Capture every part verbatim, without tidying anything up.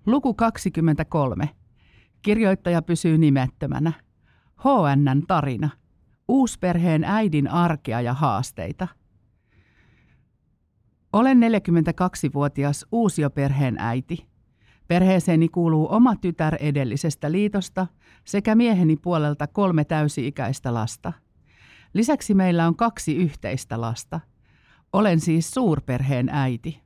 Luku kaksikymmentäkolme. Kirjoittaja pysyy nimettömänä. H N:n tarina. Uusperheen äidin arkea ja haasteita. Olen neljäkymmentäkaksivuotias uusioperheen äiti. Perheeseeni kuuluu oma tytär edellisestä liitosta sekä mieheni puolelta kolme täysi-ikäistä lasta. Lisäksi meillä on kaksi yhteistä lasta. Olen siis suurperheen äiti.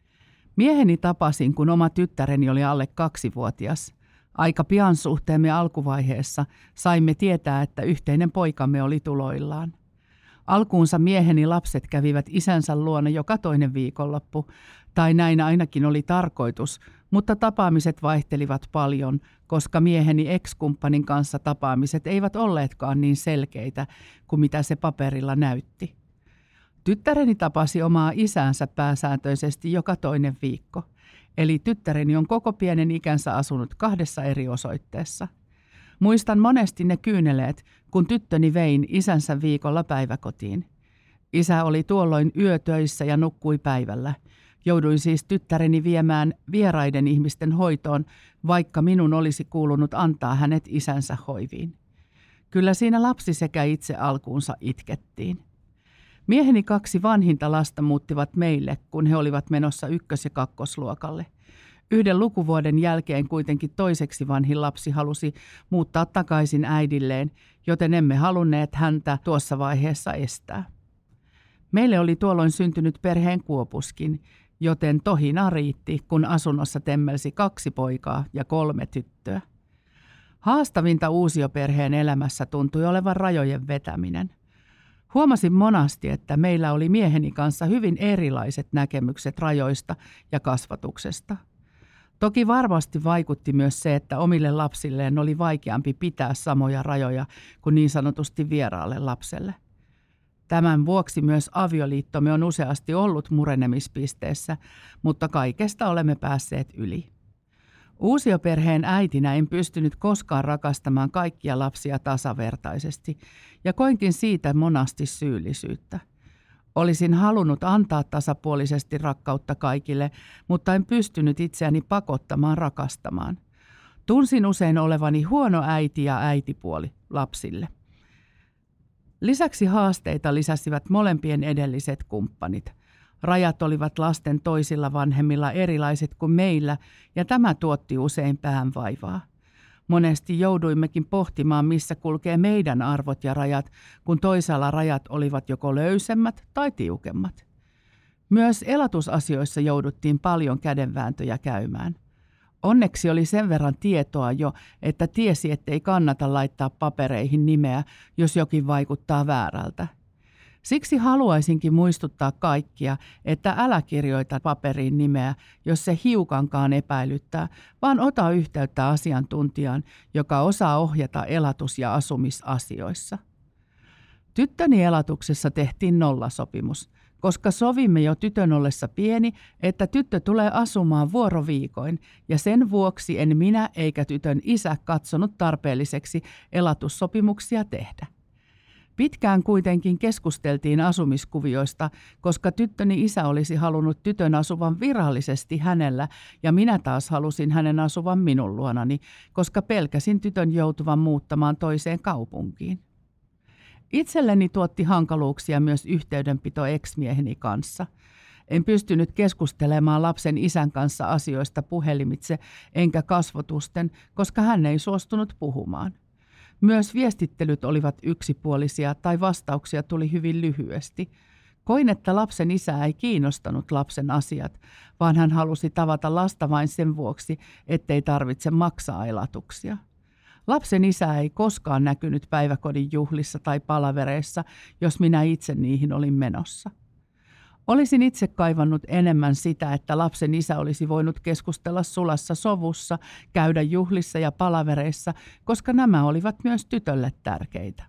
Mieheni tapasin, kun oma tyttäreni oli alle kaksivuotias. Aika pian suhteemme alkuvaiheessa saimme tietää, että yhteinen poikamme oli tuloillaan. Alkuunsa mieheni lapset kävivät isänsä luona joka toinen viikonloppu, tai näin ainakin oli tarkoitus, mutta tapaamiset vaihtelivat paljon, koska mieheni ex-kumppanin kanssa tapaamiset eivät olleetkaan niin selkeitä kuin mitä se paperilla näytti. Tyttäreni tapasi omaa isäänsä pääsääntöisesti joka toinen viikko, eli tyttäreni on koko pienen ikänsä asunut kahdessa eri osoitteessa. Muistan monesti ne kyyneleet, kun tyttöni vein isänsä viikolla päiväkotiin. Isä oli tuolloin yötöissä ja nukkui päivällä. Jouduin siis tyttäreni viemään vieraiden ihmisten hoitoon, vaikka minun olisi kuulunut antaa hänet isänsä hoiviin. Kyllä siinä lapsi sekä itse alkuunsa itkettiin. Mieheni kaksi vanhinta lasta muuttivat meille, kun he olivat menossa ykkös- ja kakkosluokalle. Yhden lukuvuoden jälkeen kuitenkin toiseksi vanhin lapsi halusi muuttaa takaisin äidilleen, joten emme halunneet häntä tuossa vaiheessa estää. Meille oli tuolloin syntynyt perheen kuopuskin, joten tohina riitti, kun asunnossa temmelsi kaksi poikaa ja kolme tyttöä. Haastavinta uusioperheen elämässä tuntui olevan rajojen vetäminen. Huomasin monasti, että meillä oli mieheni kanssa hyvin erilaiset näkemykset rajoista ja kasvatuksesta. Toki varmasti vaikutti myös se, että omille lapsilleen oli vaikeampi pitää samoja rajoja kuin niin sanotusti vieraalle lapselle. Tämän vuoksi myös avioliittomme on useasti ollut murenemispisteessä, mutta kaikesta olemme päässeet yli. Uusioperheen äitinä en pystynyt koskaan rakastamaan kaikkia lapsia tasavertaisesti ja koinkin siitä monasti syyllisyyttä. Olisin halunnut antaa tasapuolisesti rakkautta kaikille, mutta en pystynyt itseäni pakottamaan rakastamaan. Tunsin usein olevani huono äiti ja äitipuoli lapsille. Lisäksi haasteita lisäsivät molempien edelliset kumppanit. Rajat olivat lasten toisilla vanhemmilla erilaiset kuin meillä, ja tämä tuotti usein päänvaivaa. Monesti jouduimmekin pohtimaan, missä kulkee meidän arvot ja rajat, kun toisaalla rajat olivat joko löysemmät tai tiukemmat. Myös elatusasioissa jouduttiin paljon kädenvääntöjä käymään. Onneksi oli sen verran tietoa jo, että tiesi, ettei kannata laittaa papereihin nimeä, jos jokin vaikuttaa väärältä. Siksi haluaisinkin muistuttaa kaikkia, että älä kirjoita paperiin nimeä, jos se hiukankaan epäilyttää, vaan ota yhteyttä asiantuntijaan, joka osaa ohjata elatus- ja asumisasioissa. Tyttöni elatuksessa tehtiin nollasopimus, koska sovimme jo tytön ollessa pieni, että tyttö tulee asumaan vuoroviikoin, ja sen vuoksi en minä eikä tytön isä katsonut tarpeelliseksi elatussopimuksia tehdä. Pitkään kuitenkin keskusteltiin asumiskuvioista, koska tyttöni isä olisi halunnut tytön asuvan virallisesti hänellä ja minä taas halusin hänen asuvan minun luonani, koska pelkäsin tytön joutuvan muuttamaan toiseen kaupunkiin. Itselleni tuotti hankaluuksia myös yhteydenpito ex-mieheni kanssa. En pystynyt keskustelemaan lapsen isän kanssa asioista puhelimitse enkä kasvotusten, koska hän ei suostunut puhumaan. Myös viestittelyt olivat yksipuolisia tai vastauksia tuli hyvin lyhyesti. Koin, että lapsen isä ei kiinnostanut lapsen asiat, vaan hän halusi tavata lasta vain sen vuoksi, ettei tarvitse maksaa elatuksia. Lapsen isä ei koskaan näkynyt päiväkodin juhlissa tai palavereissa, jos minä itse niihin olin menossa. Olisin itse kaivannut enemmän sitä, että lapsen isä olisi voinut keskustella sulassa sovussa, käydä juhlissa ja palavereissa, koska nämä olivat myös tytölle tärkeitä.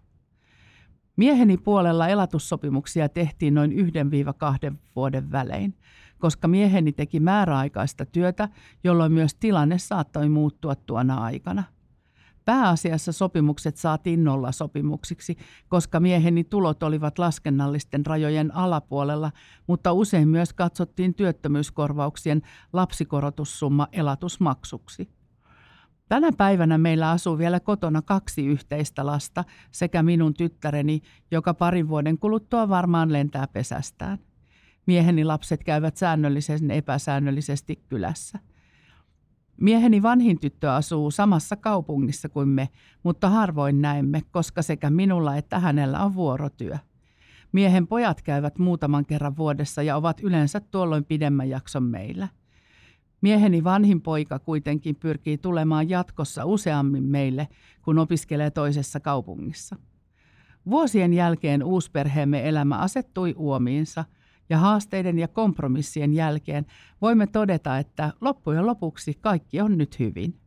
Mieheni puolella elatussopimuksia tehtiin noin yhden viiva kahden vuoden välein, koska mieheni teki määräaikaista työtä, jolloin myös tilanne saattoi muuttua tuona aikana. Pääasiassa sopimukset saatiin nollasopimuksiksi, koska mieheni tulot olivat laskennallisten rajojen alapuolella, mutta usein myös katsottiin työttömyyskorvauksien lapsikorotussumma elatusmaksuksi. Tänä päivänä meillä asuu vielä kotona kaksi yhteistä lasta sekä minun tyttäreni, joka parin vuoden kuluttua varmaan lentää pesästään. Mieheni lapset käyvät säännöllisen epäsäännöllisesti kylässä. Mieheni vanhin tyttö asuu samassa kaupungissa kuin me, mutta harvoin näemme, koska sekä minulla että hänellä on vuorotyö. Miehen pojat käyvät muutaman kerran vuodessa ja ovat yleensä tuolloin pidemmän jakson meillä. Mieheni vanhin poika kuitenkin pyrkii tulemaan jatkossa useammin meille, kun opiskelee toisessa kaupungissa. Vuosien jälkeen uusperheemme elämä asettui uomiinsa, ja haasteiden ja kompromissien jälkeen voimme todeta, että loppujen lopuksi kaikki on nyt hyvin.